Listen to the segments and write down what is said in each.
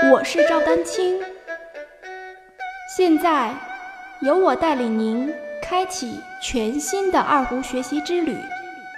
我是赵丹青，现在由我带领您开启全新的二胡学习之旅，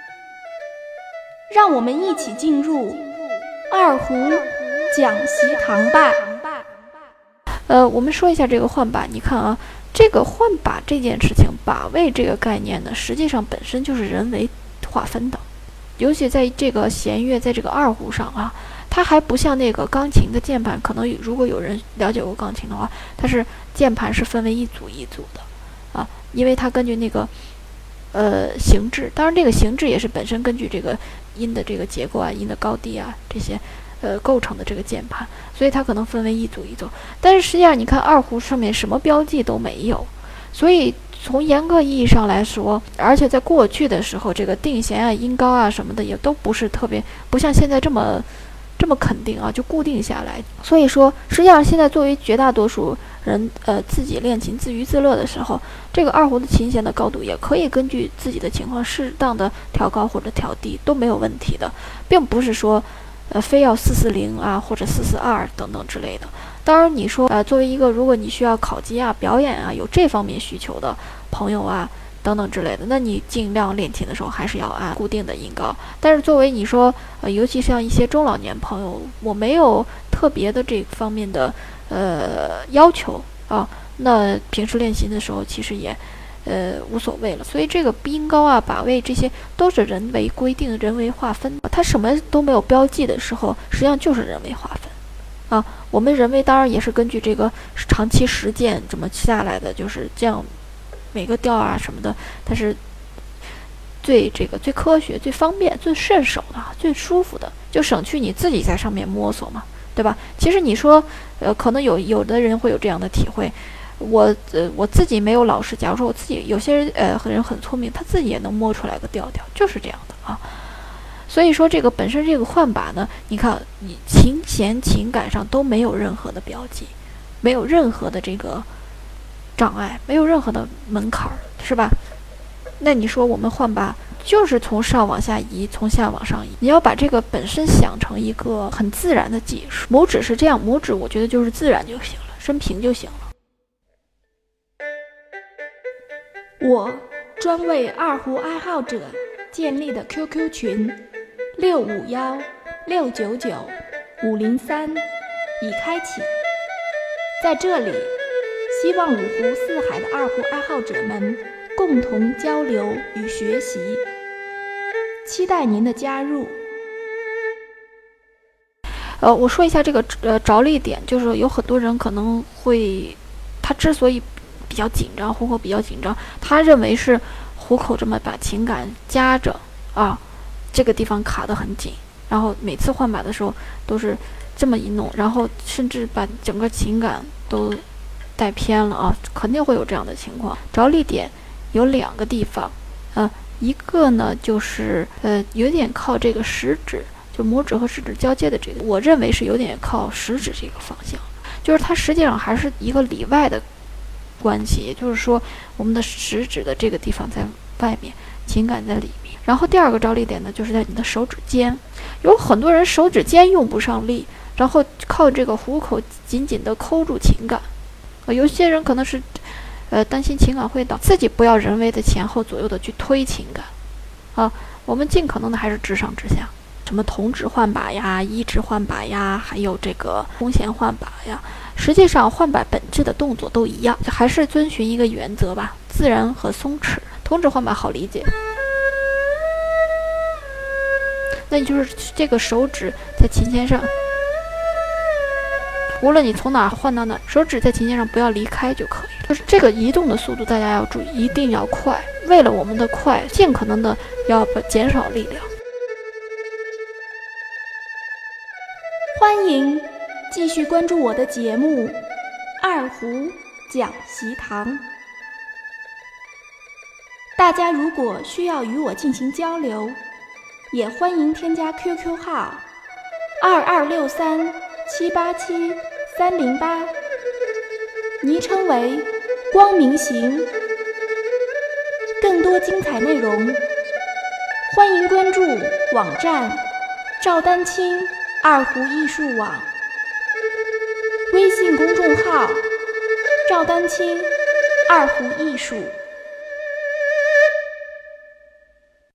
让我们一起进入二胡讲习堂吧。 我们说一下这个换把，你看啊，这个换把这件事情，把位这个概念呢，实际上本身就是人为划分的，尤其在这个弦乐，在这个二胡上啊，它还不像那个钢琴的键盘，可能如果有人了解过钢琴的话，它是键盘是分为一组一组的啊，因为它根据那个形制，当然这个形制也是本身根据这个音的这个结构啊、音的高低啊这些构成的这个键盘，所以它可能分为一组一组。但是实际上你看二胡上面什么标记都没有，所以从严格意义上来说，而且在过去的时候，这个定弦啊、音高啊什么的也都不是特别，不像现在这么肯定啊，就固定下来。所以说，实际上现在作为绝大多数人自己练琴自娱自乐的时候，这个二胡的琴弦的高度也可以根据自己的情况适当的调高或者调低都没有问题的，并不是说非要440啊或者442等等之类的。当然你说作为一个如果你需要考级啊、表演啊有这方面需求的朋友啊等等之类的，那你尽量练琴的时候还是要按固定的音高。但是作为你说尤其像一些中老年朋友，我没有特别的这方面的要求啊，那平时练琴的时候其实也无所谓了。所以这个音高啊、把位这些都是人为规定、人为划分的。它什么都没有标记的时候，实际上就是人为划分啊。我们人为当然也是根据这个长期实践这么下来的，就是这样。每个调啊什么的，它是最科学、最方便、最顺手的、最舒服的，就省去你自己在上面摸索嘛，对吧？其实你说，可能有的人会有这样的体会，我自己没有老师，假如说我自己有些人很聪明，他自己也能摸出来个调调，就是这样的啊。所以说这个本身这个换把呢，你看你琴弦情感上都没有任何的标记，没有任何的这个障碍，没有任何的门槛，是吧？那你说我们换把就是从上往下移，从下往上移，你要把这个本身想成一个很自然的技术。拇指是这样，拇指我觉得就是自然就行了，伸平就行了。 我专为二胡爱好者建立的 QQ 群651-699-503已开启，在这里希望五湖四海的二胡爱好者们共同交流与学习，期待您的加入。 我说一下这个着力点，就是有很多人可能会，他之所以比较紧张，虎口比较紧张，他认为是虎口这么把琴杆夹着啊，这个地方卡得很紧，然后每次换把的时候都是这么一弄，然后甚至把整个琴杆都带偏了啊，肯定会有这样的情况。着力点有两个地方，一个呢就是有点靠这个食指，就拇指和食指交接的这个，我认为是有点靠食指这个方向，就是它实际上还是一个里外的关系，也就是说我们的食指的这个地方在外面，琴杆在里面。然后第二个着力点呢，就是在你的手指尖，有很多人手指尖用不上力，然后靠这个虎口紧紧地扣住琴杆。有些人可能是担心琴杆会倒，自己不要人为的前后左右的去推琴杆啊，我们尽可能的还是直上直下，什么同指换把呀、一指换把呀，还有这个空弦换把呀，实际上换把本质的动作都一样，还是遵循一个原则吧，自然和松弛。同指换把好理解，那你就是这个手指在琴弦上，无论你从哪换到哪，手指在琴键上不要离开就可以了。就是这个移动的速度，大家要注意，一定要快。为了我们的快，尽可能的要减少力量。 欢迎继续关注我的节目《二胡讲习堂》。大家如果需要与我进行交流，也欢迎添加 QQ 号2263-787-308，昵称为光明行。更多精彩内容，欢迎关注网站赵丹青二胡艺术网。 赵丹青，二胡艺术。